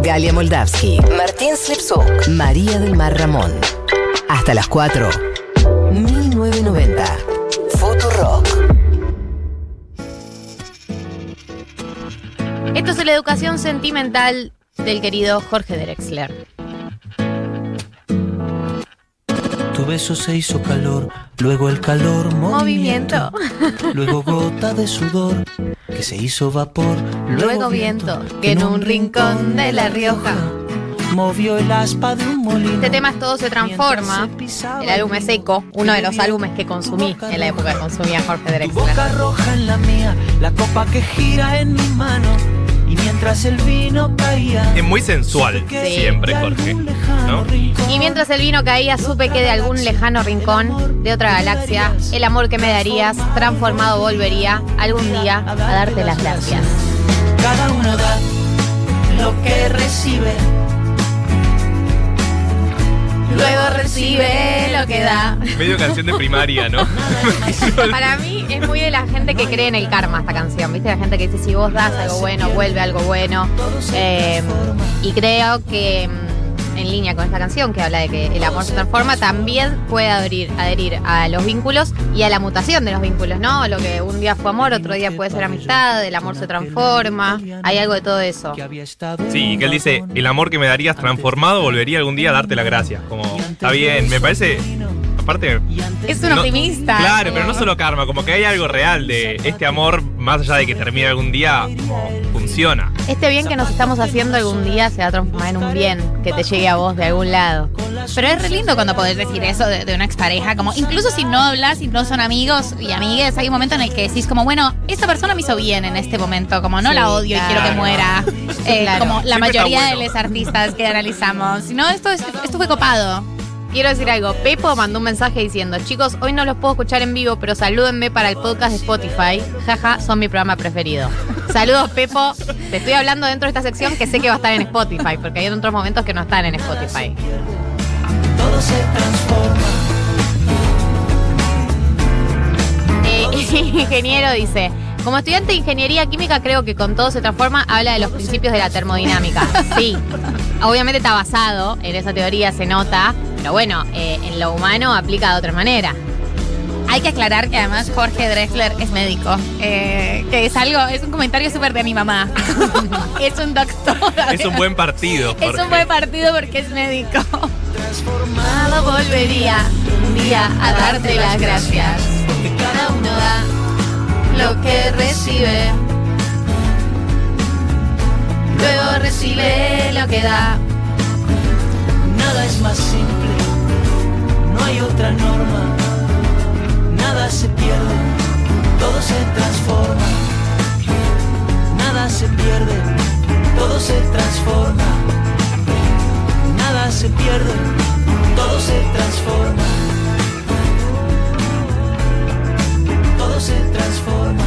Galia Moldavsky, Martín Slipsuk, María del Mar Ramón. Hasta las 4. 1990. Futurock. Esto es la educación sentimental del querido Jorge Drexler. Tu beso se hizo calor, luego el calor movimiento, luego gota de sudor que se hizo vapor, luego viento que en un rincón de La Rioja movió el aspa de un molino. Este tema es Todo se transforma. El álbum es Eco, uno de los álbumes que consumí en la época que consumía Jorge Drexler. Tu boca roja en la mía, la copa que gira en mi mano. Y mientras el vino caía. Es muy sensual, sí, siempre, Jorge, ¿no? Y mientras el vino caía, supe que de algún lejano rincón de otra galaxia, el amor que me darías, transformado volvería algún día a darte las gracias. Cada uno da lo que recibe. Luego recibe lo que da. Medio canción de primaria, ¿no? Para mí es muy de la gente que cree en el karma esta canción, ¿viste? La gente que dice, si vos das algo bueno, vuelve algo bueno. Y creo que en línea con esta canción que habla de que el amor se transforma, también puede adherir a los vínculos y a la mutación de los vínculos, ¿no? Lo que un día fue amor, otro día puede ser amistad, el amor se transforma, hay algo de todo eso. Sí, que él dice, el amor que me darías transformado volvería algún día a darte las gracias. Como, está bien, me parece... Aparte, es un optimista. Claro, pero no solo karma, como que hay algo real de este amor, más allá de que termine algún día, como funciona. Este bien que nos estamos haciendo algún día se va a transformar en un bien que te llegue a vos de algún lado. Pero es re lindo cuando podés decir eso de una expareja, como incluso si no hablas, si no son amigos y amigues, hay un momento en el que decís como, bueno, esta persona me hizo bien en este momento, como no la odio y quiero que muera, claro. Como la mayoría bueno. de los artistas que analizamos. Si no, esto fue copado. Quiero decir algo, Pepo mandó un mensaje diciendo, chicos, hoy no los puedo escuchar en vivo, pero salúdenme para el podcast de Spotify. Jaja, son mi programa preferido. Saludos, Pepo. Te estoy hablando dentro de esta sección que sé que va a estar en Spotify, porque hay otros momentos que no están en Spotify. Todo se transforma. Ingeniero dice, como estudiante de ingeniería química creo que con Todo se transforma habla de los principios de la termodinámica. Sí, obviamente está basado en esa teoría, se nota, pero bueno, en lo humano aplica de otra manera. Hay que aclarar que además Jorge Drexler es médico, que es un comentario súper de mi mamá. Es un doctor. Es un buen partido, Jorge. Es un buen partido porque es médico. Transformado volvería un día a darte las gracias, porque cada uno da lo que recibe, luego recibe lo que da. Nada es más simple, no hay otra norma. Nada se pierde, todo se transforma. Nada se pierde, todo se transforma. Nada se pierde, todo se transforma. Todo se transforma.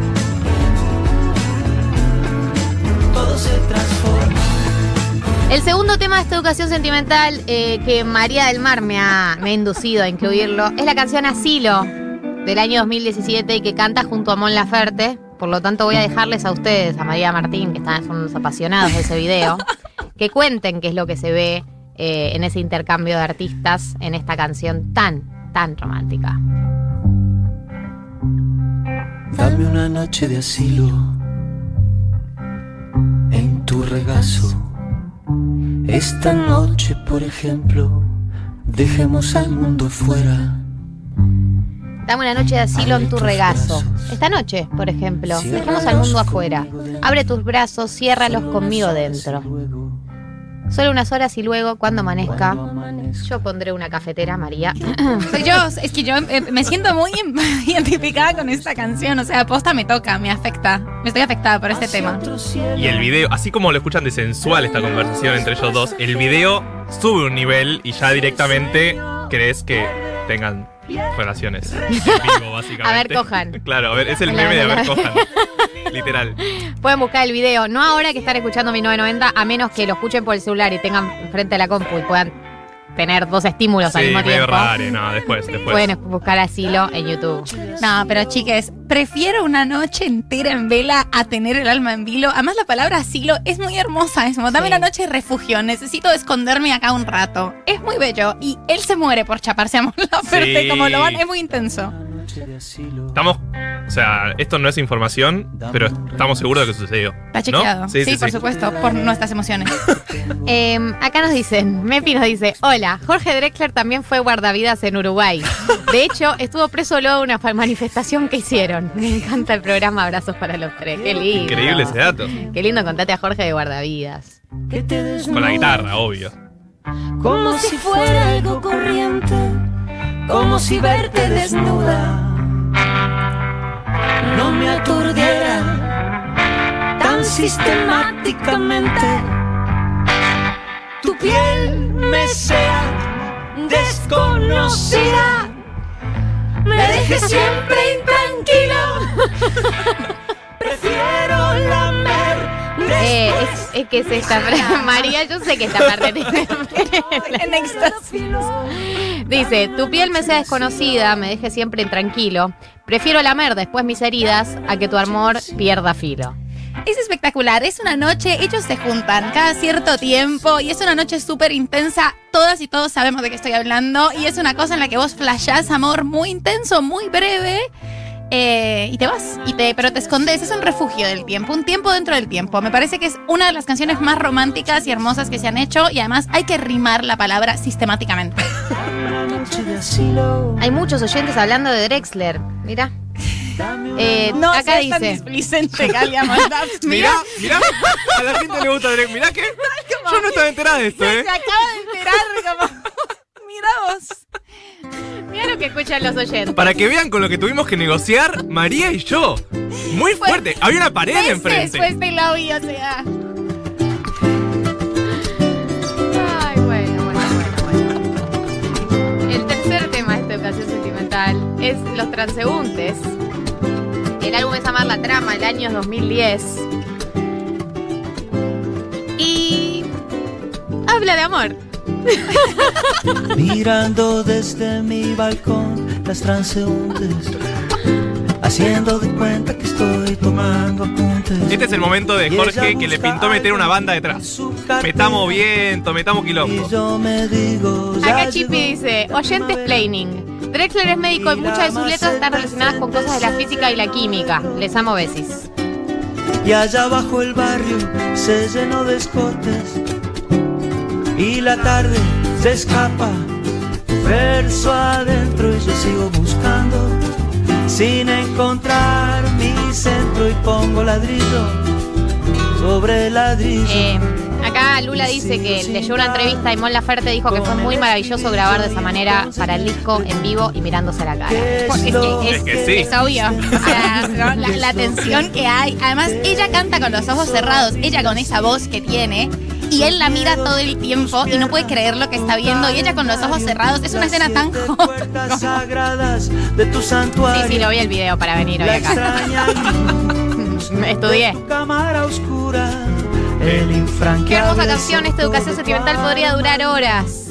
Todo se transforma. El segundo tema de esta educación sentimental que María del Mar me ha inducido a incluirlo es la canción Asilo del año 2017 y que canta junto a Mon Laferte. Por lo tanto voy a dejarles a ustedes, a María Martín, que son unos apasionados de ese video, que cuenten qué es lo que se ve en ese intercambio de artistas en esta canción tan romántica. Dame una noche de asilo en tu regazo. Esta noche, por ejemplo, dejemos al mundo fuera. Dame una noche de asilo en tu regazo. Esta noche, por ejemplo, dejemos al mundo afuera. Abre tus brazos, ciérralos conmigo dentro. Solo unas horas y luego, cuando amanezca, yo pondré una cafetera, María. Es que yo me siento muy identificada con esta canción. O sea, posta me toca, me afecta. Me estoy afectada por este tema. Y el video, así como lo escuchan de sensual esta conversación entre ellos dos, el video sube un nivel y ya directamente crees que tengan relaciones en vivo, básicamente. A ver, cojan. Claro, a ver, es el meme de a ver, cojan. Literal. Pueden buscar el video, no ahora que están escuchando 1990, a menos que lo escuchen por el celular y tengan frente a la compu y puedan tener dos estímulos al Sí, mismo medio tiempo. raro. No, después. Pueden buscar asilo en YouTube. No, pero chiques, prefiero una noche entera en vela a tener el alma en vilo. Además, la palabra asilo es muy hermosa. Es como, dame Sí. una noche de refugio. Necesito esconderme acá un rato. Es muy bello. Y él se muere por chaparse a Mon Laferte. Sí. Como lo van, es muy intenso. Estamos. O sea, esto no es información, pero estamos seguros de que sucedió. Está chequeado. ¿No? Sí, por supuesto, por nuestras emociones. Acá nos dicen, Mepi nos dice, hola, Jorge Drexler también fue guardavidas en Uruguay. De hecho, estuvo preso luego de una manifestación que hicieron. Me encanta el programa, abrazos para los tres. Qué lindo. Increíble ese dato. Qué lindo contate a Jorge de guardavidas. Con la guitarra, obvio. Como si fuera algo corriente, como si verte desnuda no me aturdiera tan sistemáticamente. Tu piel me sea desconocida, me deje siempre intranquilo. Prefiero lamer. Es que es esta María, yo sé que esta parte tiene En éxtasis. Dice, tu piel me sea desconocida, me deje siempre intranquilo. Prefiero lamer después mis heridas a que tu amor pierda filo. Es espectacular, es una noche, ellos se juntan cada cierto tiempo y es una noche súper intensa, todas y todos sabemos de qué estoy hablando y es una cosa en la que vos flashás amor muy intenso, muy breve y te vas, pero te escondes, es un refugio del tiempo, un tiempo dentro del tiempo. Me parece que es una de las canciones más románticas y hermosas que se han hecho y además hay que rimar la palabra sistemáticamente. Hay muchos oyentes hablando de Drexler, mira. No, acá seas tan dice, displicente, Galia Moldavsky. Mirá, a la gente le gusta Drake. Mirá que yo no estaba enterada de esto, Se acaba de enterar como... Mirá vos. mira lo que escuchan los oyentes. Para que vean con lo que tuvimos que negociar María y yo. Muy fuerte. Había una pared Meses enfrente. fue este lobby, o sea... Ay, bueno. El tercer tema de esta ocasión sentimental es Los Transeúntes. El álbum es Amar la Trama, el año 2010. Y habla de amor. Mirando desde mi balcón las transeúntes, haciendo de cuenta que estoy tomando apuntes. Este es el momento de Jorge que le pintó meter una banda detrás. Metamos viento, metamos quilombo. Y yo me digo, ya Acá Chippy dice, oyentes planning. Drexler es médico y muchas de sus letras están relacionadas con cosas de la física y la química. Les amo, besis. Y allá abajo el barrio se llenó de escotes y la tarde se escapa, verso adentro y yo sigo buscando sin encontrar mi centro y pongo ladrillo sobre ladrillo. Acá Lula dice que leyó una entrevista y Mon Laferte dijo que fue muy maravilloso grabar de esa manera para el disco en vivo y mirándose la cara. Es que sí. Es obvio. O sea, ¿no? la tensión que hay. Además, ella canta con los ojos cerrados. Ella con esa voz que tiene. Y él la mira todo el tiempo y no puede creer lo que está viendo. Y ella con los ojos cerrados. Es una escena tan hot. De tu santuario. Sí, lo vi el video para venir hoy acá. Estudié. Cámara oscura, el infranqueable. Qué hermosa canción, esta educación sentimental podría durar horas.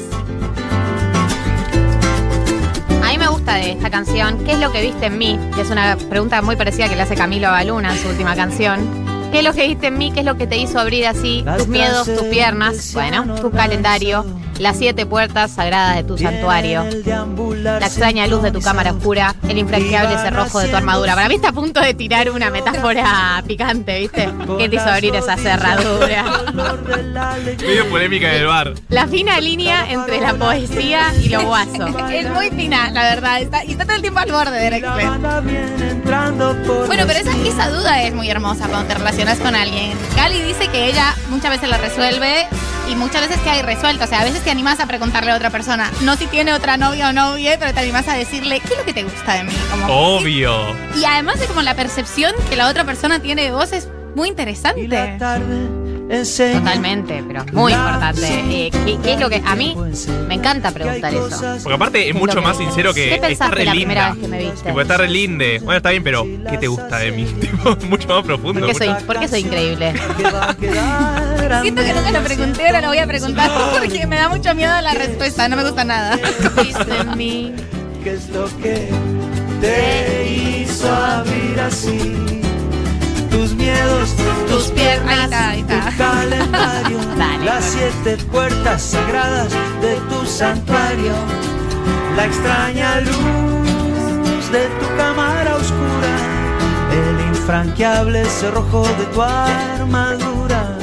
A mí me gusta de esta canción, ¿qué es lo que viste en mí? Que es una pregunta muy parecida que le hace Camilo a Baluna en su última canción. ¿Qué es lo que viste en mí? ¿Qué es lo que te hizo abrir así tus miedos, tus piernas? Bueno, tu calendario, las 7 puertas sagradas de tu santuario, la extraña luz de tu cámara oscura, el infranqueable cerrojo de tu armadura. Para mí está a punto de tirar una metáfora picante, ¿viste? ¿Qué te hizo abrir esa cerradura? Medio polémica en el bar. La fina línea entre la poesía y lo guaso. Es muy fina, la verdad. Y está todo el tiempo al borde de Drexler. Bueno, pero esa duda es muy hermosa cuando te relacionas con alguien. Gali dice que ella muchas veces la resuelve y muchas veces queda irresuelta. O sea, a veces te animas a preguntarle a otra persona, no si tiene otra novia o novia, pero te animas a decirle, ¿qué es lo que te gusta de mí? Como, Obvio. y además de como la percepción que la otra persona tiene de vos es muy interesante. Y la tarde enseña. Totalmente, pero muy importante. ¿Qué es lo que a mí me encanta preguntar eso? Porque aparte es mucho más sincero que ¿Qué está pensaste re la primera linda. vez que me viste? Tipo, está re linde. Bueno, está bien, pero ¿qué te gusta de mí? Tipo, mucho más profundo. ¿Por qué soy increíble? Que va a quedar Siento que nunca lo pregunté, ahora lo voy a preguntar porque me da mucho miedo la respuesta, no me gusta nada. ¿Qué es lo que te hizo abrir así tus miedos, tus piernas, Ahí está. tu calendario, Dale. las 7 puertas sagradas de tu santuario, la extraña luz de tu cámara oscura, el infranqueable cerrojo de tu armadura.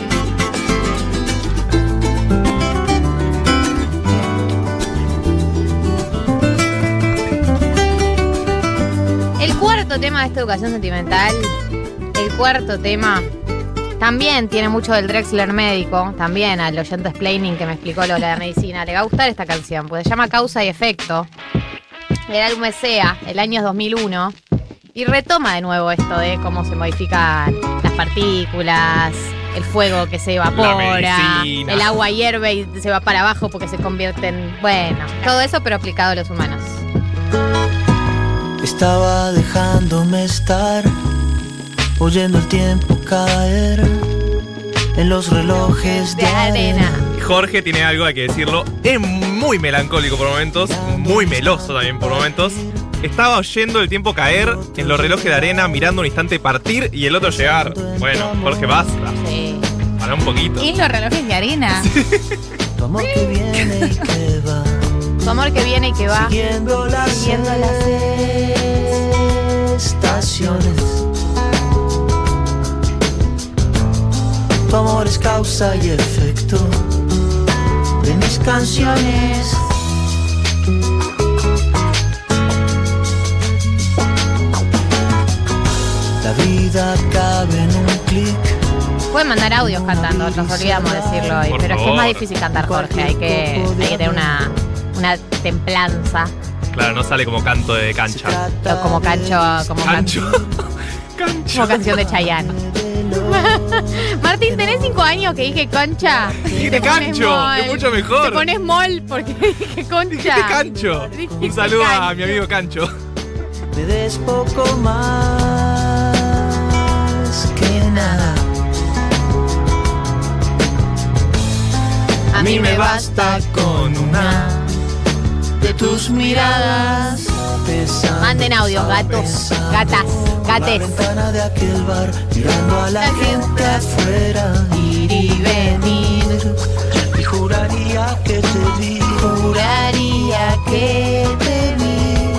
El cuarto tema de esta educación sentimental, el cuarto tema, también tiene mucho del Drexler médico, también al oyente explaining que me explicó lo de la medicina. Le va a gustar esta canción, porque se llama Causa y Efecto. El álbum es SEA, el año 2001, y retoma de nuevo esto de cómo se modifican las partículas, el fuego que se evapora, medicina. el agua hierve y se va para abajo porque se convierte en... Bueno, todo eso pero aplicado a los humanos. Estaba dejándome estar, oyendo el tiempo caer en los relojes de arena. Jorge tiene algo, hay que decirlo, es muy melancólico por momentos, muy meloso también por momentos. Estaba oyendo el tiempo caer en los relojes de arena, mirando un instante partir y el otro llegar. Bueno, Jorge, basta. Sí. Para un poquito. Y los relojes de arena. Tu amor que viene y que va, Tu amor que viene y que va. siguiendo las estaciones. Tu amor es causa y efecto de mis canciones. La vida cabe en un clic. Pueden mandar audios cantando, nos olvidamos decirlo hoy. Por Pero es que es favor. más difícil cantar, Jorge. Hay que tener una templanza. Claro, no sale como canto de cancha. O como cancho. Como Cancho. Cancho. como canción de Chayanne. Martín, ¿tenés 5 años que dije concha? Dijiste Te pones cancho, mol. es mucho mejor. Te pones mol porque dije concha. Dijiste Cancho. Dijiste Un saludo a cancho. mi amigo Cancho. Me des poco más que nada. A mí me basta con una de tus miradas. Manden audios, gatos, gatas, gates. La ventana de aquel bar, mirando a la gente afuera, Ir y venir. y juraría que te vi, Juraría que te vi.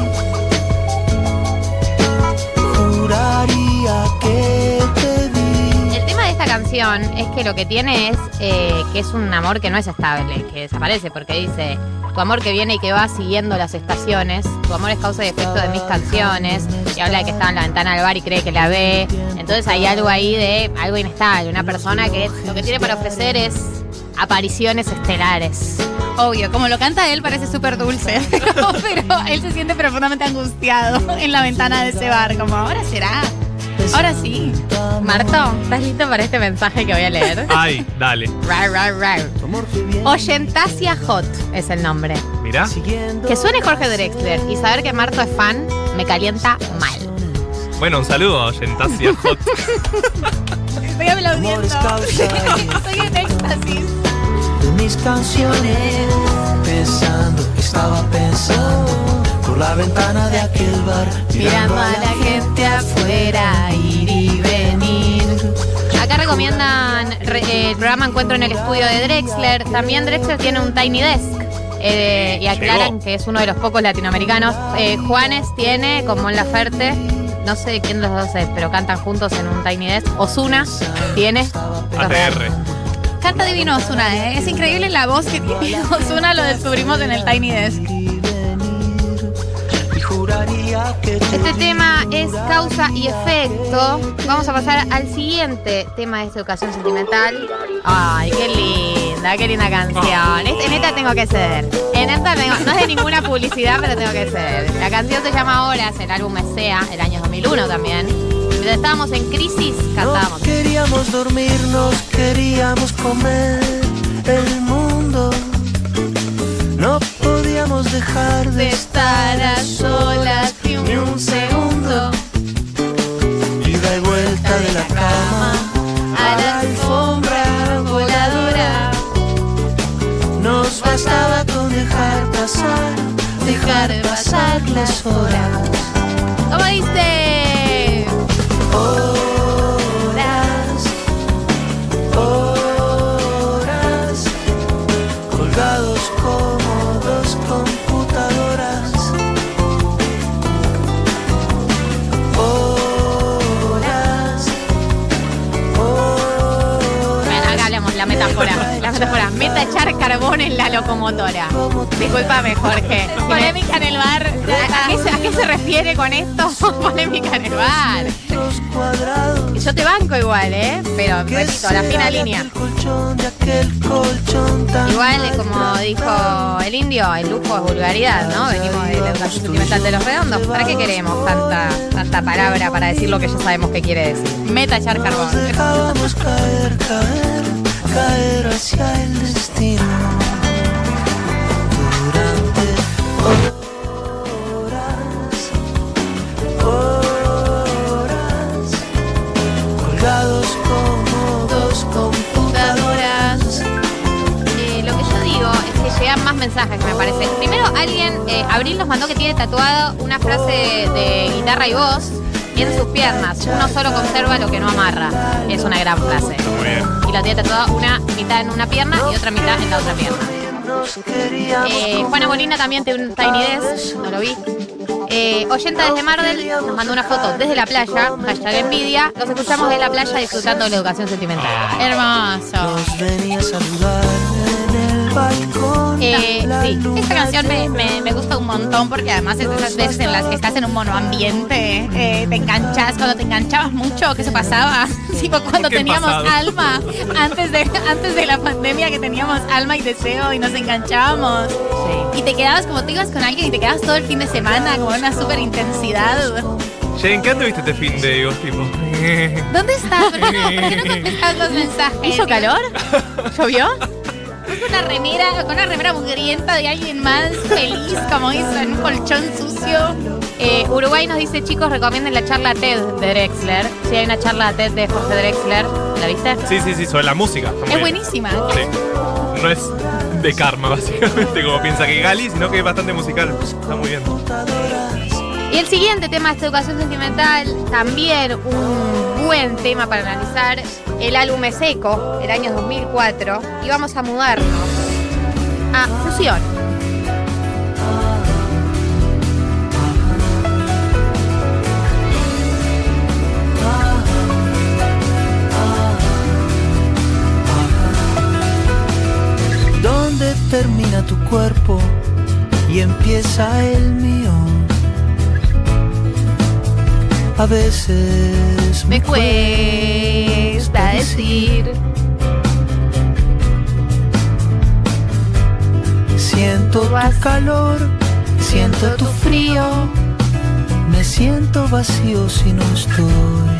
juraría que te vi. El tema de esta canción es que lo que tiene es que es un amor que no es estable, que desaparece, porque dice: tu amor que viene y que va siguiendo las estaciones, tu amor es causa y efecto de mis canciones, y habla de que está en la ventana del bar y cree que la ve. Entonces hay algo ahí de algo inestable, una persona que lo que tiene para ofrecer es apariciones estelares. Obvio, como lo canta él parece súper dulce, pero él se siente profundamente angustiado en la ventana de ese bar, como ahora será, ahora sí. Marto, ¿estás listo para este mensaje que voy a leer? Ay, dale. Rar, rar, rar. Oyentasia Hot es el nombre. Mirá. Que suene Jorge Drexler y saber que Marto es fan me calienta mal. Bueno, un saludo a Oyentasia Hot. Estoy aplaudiendo. Amor es causa y Estoy en éxtasis. de mis canciones, estaba pensando por la ventana de aquel bar, Mirando a la gente afuera, ir y venir. Acá recomiendan el programa Encuentro en el Estudio de Drexler. También Drexler tiene un Tiny Desk. Y aclaran Llegó. que es uno de los pocos latinoamericanos. Juanes tiene, con Mon Laferte, no sé quién de los dos es, pero cantan juntos en un Tiny Desk. Ozuna tiene. ATR. Canta divino Ozuna, ¿eh? Es increíble la voz que tiene Ozuna, lo descubrimos en el Tiny Desk. y juraría que te Este vi. tema es causa y efecto. Vamos a pasar al siguiente tema de esta educación sentimental. Ay, qué linda canción. En esta tengo que ceder. En esta no es de ninguna publicidad, pero tengo que ceder. La canción se llama Horas, el álbum es SEA, el año 2001 también. Mientras estábamos en crisis, cantábamos. No queríamos dormirnos, queríamos comer el mundo. No podíamos dejar de estar a solas ni un segundo. Ida y vuelta de la cama a la alfombra voladora. Nos bastaba con dejar pasar las horas. ¿Cómo dice? Horas colgados como dos computadoras. Acá hablamos la metáfora. Meta echar carbón en la locomotora. Discúlpame, Jorge. Polémica en el bar. ¿A qué se refiere con esto? Polémica en el bar. Yo te banco igual, pero repito, la fina línea. Igual, como dijo el indio, el lujo es vulgaridad, ¿no? Venimos de la educación sentimental de los redondos. ¿Para qué queremos tanta palabra para decir lo que ya sabemos que quiere decir? Meta echar carbón. Dejábamos caer hacia el destino. Durante horas colgados como dos computadoras. Lo que yo digo es que llegan más mensajes, me parece. Primero, Abril nos mandó que tiene tatuado una frase de guitarra y voz en sus piernas. Uno solo conserva lo que no amarra. Es una gran frase. Muy bien. Y la tiene tatuada una mitad en una pierna y otra mitad en la otra pierna. Juana Molina también tiene un Tiny Desk, no lo vi. Oyenta desde Mardel nos mandó una foto desde la playa, hashtag envidia. Los escuchamos desde la playa disfrutando de la educación sentimental. Hermoso. Nos venía a saludar en el balcón. Sí, Esta canción me gusta un montón porque además es de esas veces en las que estás en un monoambiente, te enganchas, cuando te enganchabas mucho, ¿qué se pasaba? Tipo cuando ¿Qué teníamos pasado? alma, antes de la pandemia que teníamos alma y deseo y nos enganchábamos. Sí. Y te quedabas como te ibas con alguien y te quedabas todo el fin de semana con una súper intensidad. Che, ¿en qué anduviste este fin de vos, tipo? ¿Dónde estás? ¿Por qué no contestas los mensajes? ¿Hizo calor? ¿Llovió? Con una remera mugrienta de alguien más feliz, como hizo en un colchón sucio. Uruguay nos dice, chicos, recomienden la charla TED de Drexler. Si hay una charla TED de Jorge Drexler, ¿la viste? Sí, sobre la música. Está muy Es bien. buenísima. Sí. No es de karma, básicamente, como piensa que Gali, sino que es bastante musical. Está muy bien. Y el siguiente tema es educación sentimental, también un buen tema para analizar. El álbum es Eco, el año 2004, y vamos a mudarnos a Fusión. ¿Dónde termina tu cuerpo y empieza el mío? A veces Me cuesta decir. Siento tu calor, siento tu frío. Me siento vacío si no estoy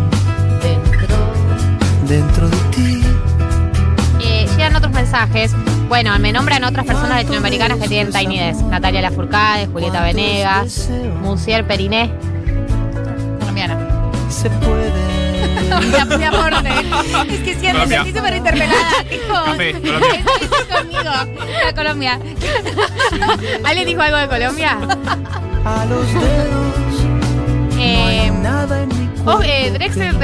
dentro de ti. Llegan otros mensajes. Bueno, me nombran otras personas latinoamericanas que tienen Tiny Desk. Natalia Lafourcade, Julieta Venegas, Monsieur Periné. Colombiana. Se puede. Mi aporte. Es que siempre me Colombia. sentí súper interpelada. Tipo, Café, Colombia. estás conmigo. A Colombia. ¿Alguien dijo algo de Colombia? A los dedos. No hay nada en mi cuerpo. Drexler.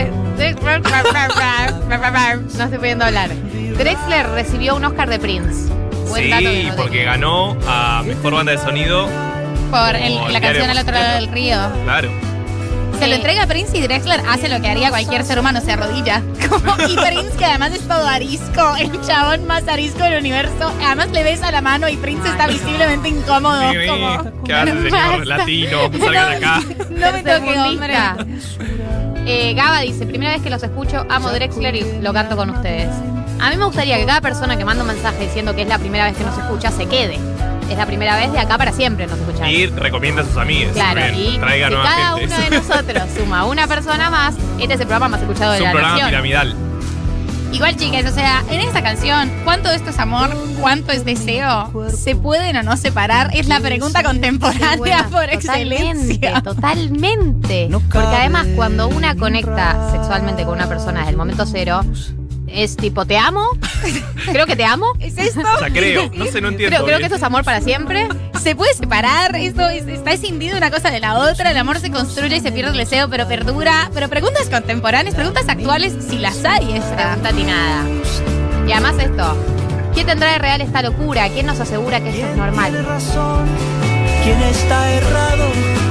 No estoy pudiendo hablar. Drexler recibió un Oscar de Prince. Buen dato que Sí, no porque tenía. ganó a Mejor Banda de Sonido. Por Como la el canción diario al otro lado del río. Claro. Se lo entrega a Prince y Drexler hace lo que haría cualquier ser humano, se arrodilla. Y Prince, que además es todo arisco, el chabón más arisco del universo. Además le besa la mano y Prince está visiblemente incómodo. Como, ¿Qué hace, señor Basta. latino? Salga de acá. no me toque, hombre. Gaba dice, primera vez que los escucho, amo Drexler y lo canto con ustedes. A mí me gustaría que cada persona que manda un mensaje diciendo que es la primera vez que nos escucha se quede. es la primera vez de acá para siempre nos escuchan. Y recomienda a sus amigos. Claro, y traiga si nueva cada gente. uno de nosotros suma una persona más, este es el programa más escuchado de Es un la programa nación. piramidal. Igual, chicas, o sea, en esta canción, ¿cuánto de esto es amor? ¿Cuánto es deseo? ¿Se pueden o no separar? Es la pregunta contemporánea Bueno, por excelencia. Totalmente. Porque además, cuando una conecta sexualmente con una persona desde el momento cero, es tipo, ¿te amo? Creo que te amo. ¿Es esto? O sea, creo. No sé, no entiendo. Creo que esto es amor para siempre. ¿Se puede separar? Esto está escindido una cosa de la otra. El amor se construye y se pierde el deseo, pero perdura. Pero preguntas contemporáneas, preguntas actuales, si las hay. Esta. Pregunta atinada. Y además esto, ¿quién tendrá de real esta locura? ¿Quién nos asegura que esto es Tiene normal? razón, ¿quién está errado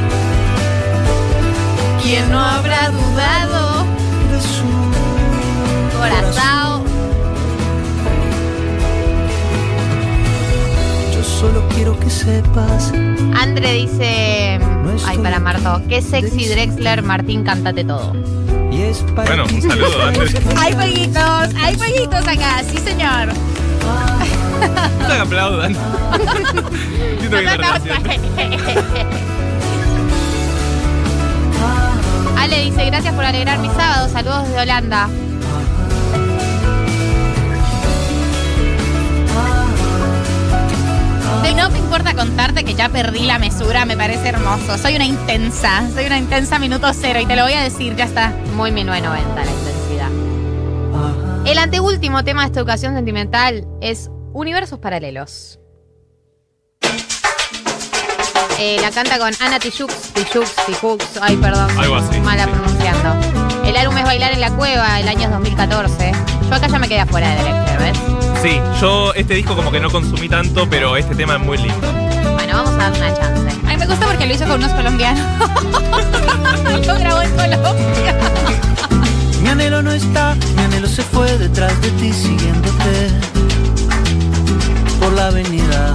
¿Quién no habrá dudado? de su Corazao. Yo solo quiero que sepas. Andre dice, ay, para Marto, qué sexy Drexler, Martín, cántate todo. Y es para Bueno, ti. un saludo, Andrés. Hay jueguitos acá, sí señor. No te aplaudan. Siento que hay una relación. Ale dice, gracias por alegrar mi sábado, saludos desde Holanda. Y no me importa contarte que ya perdí la mesura, me parece hermoso. Soy una intensa minuto cero y te lo voy a decir, ya está. Muy 1990 la intensidad. El anteúltimo tema de esta educación sentimental es Universos Paralelos. La canta con Ana Tijoux, ay perdón, Algo así, mala sí. pronunciando. El álbum es Bailar en la Cueva, el año 2014. Yo acá ya me quedé afuera de Drexler, ¿ves? Sí, yo este disco como que no consumí tanto, pero este tema es muy lindo. Bueno, vamos a dar una chance. A mí me gusta porque lo hizo con unos colombianos. Lo grabó en Colombia. Mi anhelo no está, mi anhelo se fue detrás de ti siguiéndote por la avenida.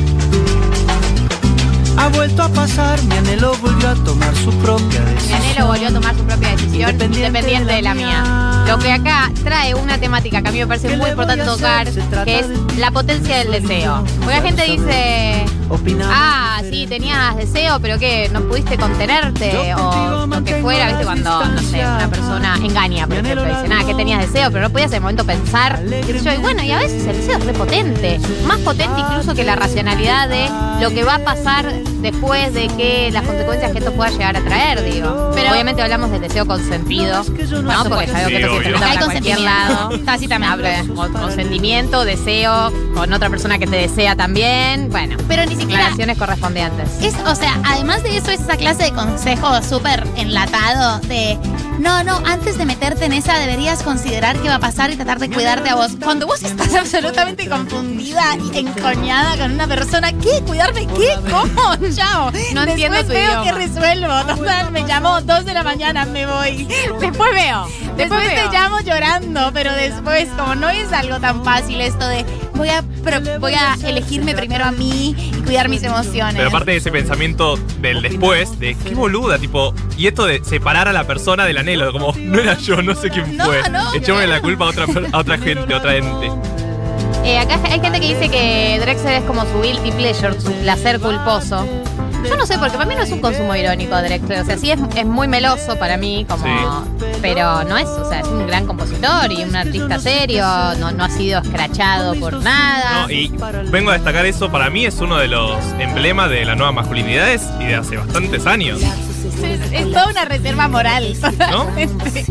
Ha vuelto a pasar, mi anhelo volvió a tomar su propia Mi decisión. anhelo volvió a tomar su propia decisión independiente de la mía. Lo que acá trae una temática que a mí me parece muy importante tocar, que es la potencia del deseo. Porque la gente dice, sí, tenías deseo, pero ¿qué? ¿No pudiste contenerte? O lo que fuera, ¿viste? Cuando, no sé, una persona engaña, por ejemplo, dice, que tenías deseo, pero no podías en el momento pensar. Qué sé yo. Y bueno, y a veces el deseo es re potente. Más potente incluso que la racionalidad de lo que va a pasar después de que las consecuencias que esto pueda llegar a traer, digo. Pero obviamente hablamos del deseo consentido, ¿no? Porque ya veo que Sí, esto se obvio. trata Hay para cualquier lado. Tácitamente. Hablo de consentimiento, deseo, con otra persona que te desea también. Bueno, Pero ni siquiera declaraciones correspondientes. o sea, además de eso, es esa clase de consejo súper enlatado de no, antes de meterte en esa deberías considerar qué va a pasar y tratar de cuidarte a vos. Cuando vos estás absolutamente confundida y encoñada con una persona, ¿qué? ¿Cuidarme qué? ¿Cómo? Chao. No entiendo Después tu veo idioma. que resuelvo. Total, me llamó 2 de la mañana, me voy. Después veo. Después te llamo llorando, pero después, como no es algo tan fácil esto de voy a elegirme primero a mí y cuidar mis emociones. Pero aparte de ese pensamiento del después, de qué boluda, tipo, y esto de separar a la persona del anhelo, como no era yo, no sé quién No, fue. no, Echémosle no. la culpa a otra gente, a otra ente. Acá hay gente que dice que Drexler es como su guilty pleasure, su placer culposo. Yo no sé, porque para mí no es un consumo irónico Drexler. O sea, sí es muy meloso para mí, como, Sí. pero no es, o sea, es un gran compositor y un artista serio, no ha sido escrachado por nada. No, y vengo a destacar eso, para mí es uno de los emblemas de la nueva masculinidad y de hace bastantes años. Es toda una reserva moral. Totalmente.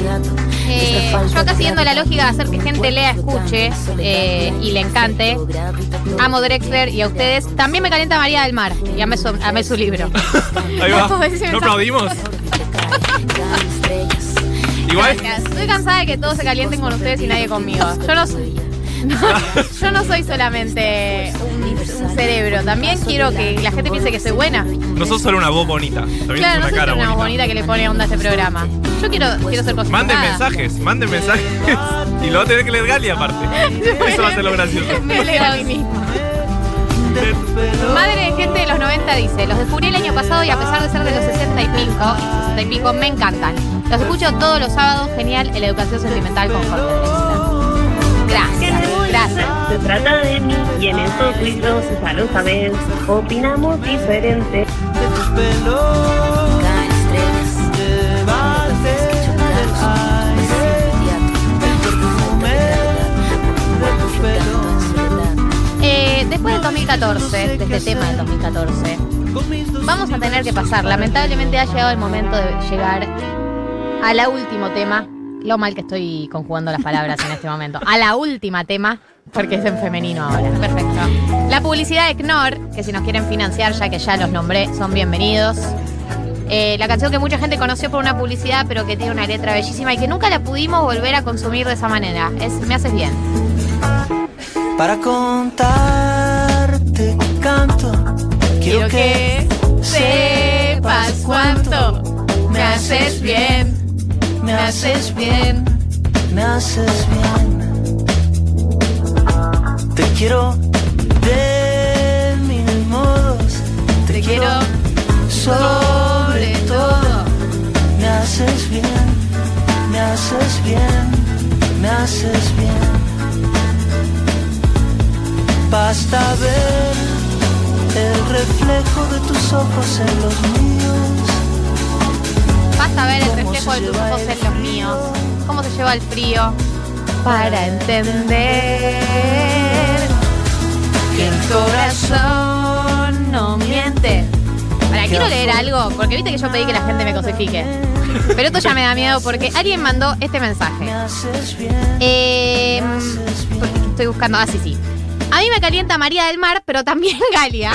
Yo acá siguiendo la lógica de hacer que gente lea, escuche y le encante, amo Drexler y a ustedes. También me calienta María del Mar y amé su libro. Ahí va. No, ese ¿No mensaje. aplaudimos? Igual, Estoy cansada de que todos se calienten con ustedes y nadie conmigo. Yo no soy solamente un cerebro. También quiero que la gente piense que soy buena. no sos solo una voz bonita, también Claro, sos no una soy cara una bonita. bonita que le pone onda a este programa. Yo quiero ser cosas. Manden mensajes. Y lo va a tener que leer Gali aparte. Eso va a ser lo gracioso. Me leo a mí misma. Madre de gente de los 90 dice, los descubrí el año pasado y a pesar de ser de los 60 y pico, me encantan. Los escucho todos los sábados, genial, en la educación sentimental con Jorge Drexler. Gracias. Se trata de mí. Y en eso tú y yo, ya lo sabes, opinamos diferente. De tu pelo, llévate del aire, el perfume de tu pelo. Después del 2014, de este tema del 2014, vamos a tener que pasar. Lamentablemente ha llegado el momento de llegar a la último tema. Lo mal que estoy conjugando las palabras en este momento. A la última tema, porque es en femenino ahora. Perfecto. La publicidad de Knorr, que si nos quieren financiar, ya que ya los nombré, son bienvenidos. La canción que mucha gente conoció por una publicidad, pero que tiene una letra bellísima y que nunca la pudimos volver a consumir de esa manera. Es Me Haces Bien. Para contarte canto, Quiero que sepas cuánto me haces bien, me haces bien, me haces bien. Te quiero de mil modos, te quiero sobre todo. Me haces bien, me haces bien, me haces bien. Basta ver el reflejo de tus ojos en los míos. Basta ver el reflejo de tus ojos en los míos. Cómo se lleva el frío. Para entender que el corazón no miente. Ahora, quiero leer algo, porque viste que yo pedí que la gente me cosifique. Pero esto ya me da miedo porque alguien mandó este mensaje. Me haces bien. Porque estoy buscando. Ah, sí. A mí me calienta María del Mar, pero también Galia.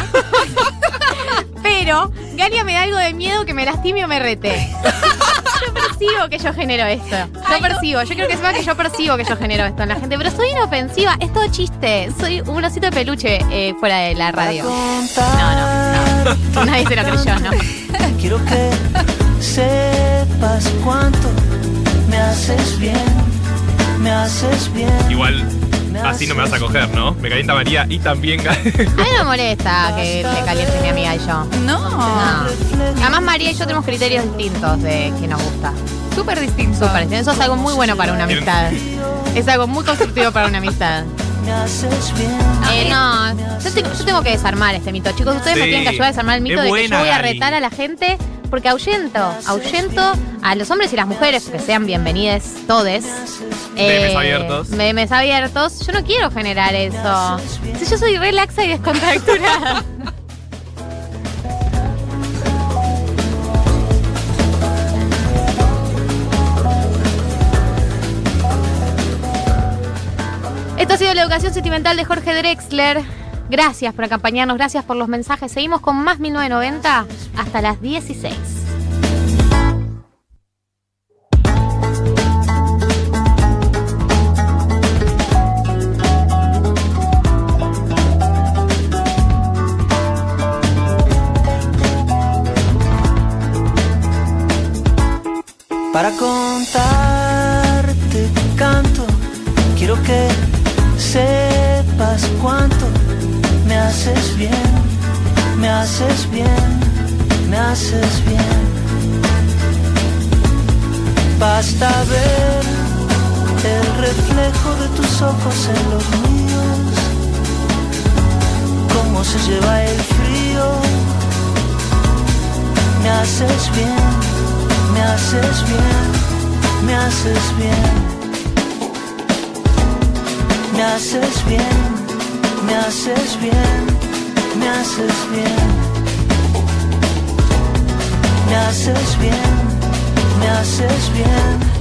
Pero Galia me da algo de miedo que me lastime o me rete. Yo percibo que yo genero esto. Yo quiero que sepa que yo percibo que yo genero esto en la gente. Pero soy inofensiva, es todo chiste. Soy un osito de peluche fuera de la radio. No. Nadie se lo creyó, ¿no? Quiero que sepas cuánto me haces bien, me haces bien. Igual, así no me vas a coger, ¿no? Me calienta María y también... A mí no me molesta que te caliente mi amiga y yo. No. Además, María y yo tenemos criterios distintos de que nos gusta. Súper distinto. Eso es algo muy bueno para una amistad. Es algo muy constructivo para una amistad. Me haces bien. Yo tengo que desarmar este mito. Chicos, ustedes me tienen que ayudar a desarmar el mito de que yo voy a retar a la gente porque ahuyento a los hombres y las mujeres que sean bienvenidas todes. Memes abiertos. Memes abiertos. Yo no quiero generar eso. Si yo soy relaxa y descontracturada. Esto ha sido La Educación Sentimental de Jorge Drexler. Gracias por acompañarnos, gracias por los mensajes. Seguimos con más 1990 hasta las 16. Para contarte canto, quiero que sepas cuánto me haces bien, me haces bien, me haces bien. Basta ver el reflejo de tus ojos en los míos, cómo se lleva el frío. Me haces bien, me haces bien, me haces bien. Me haces bien, me haces bien, me haces bien. Me haces bien, me haces bien.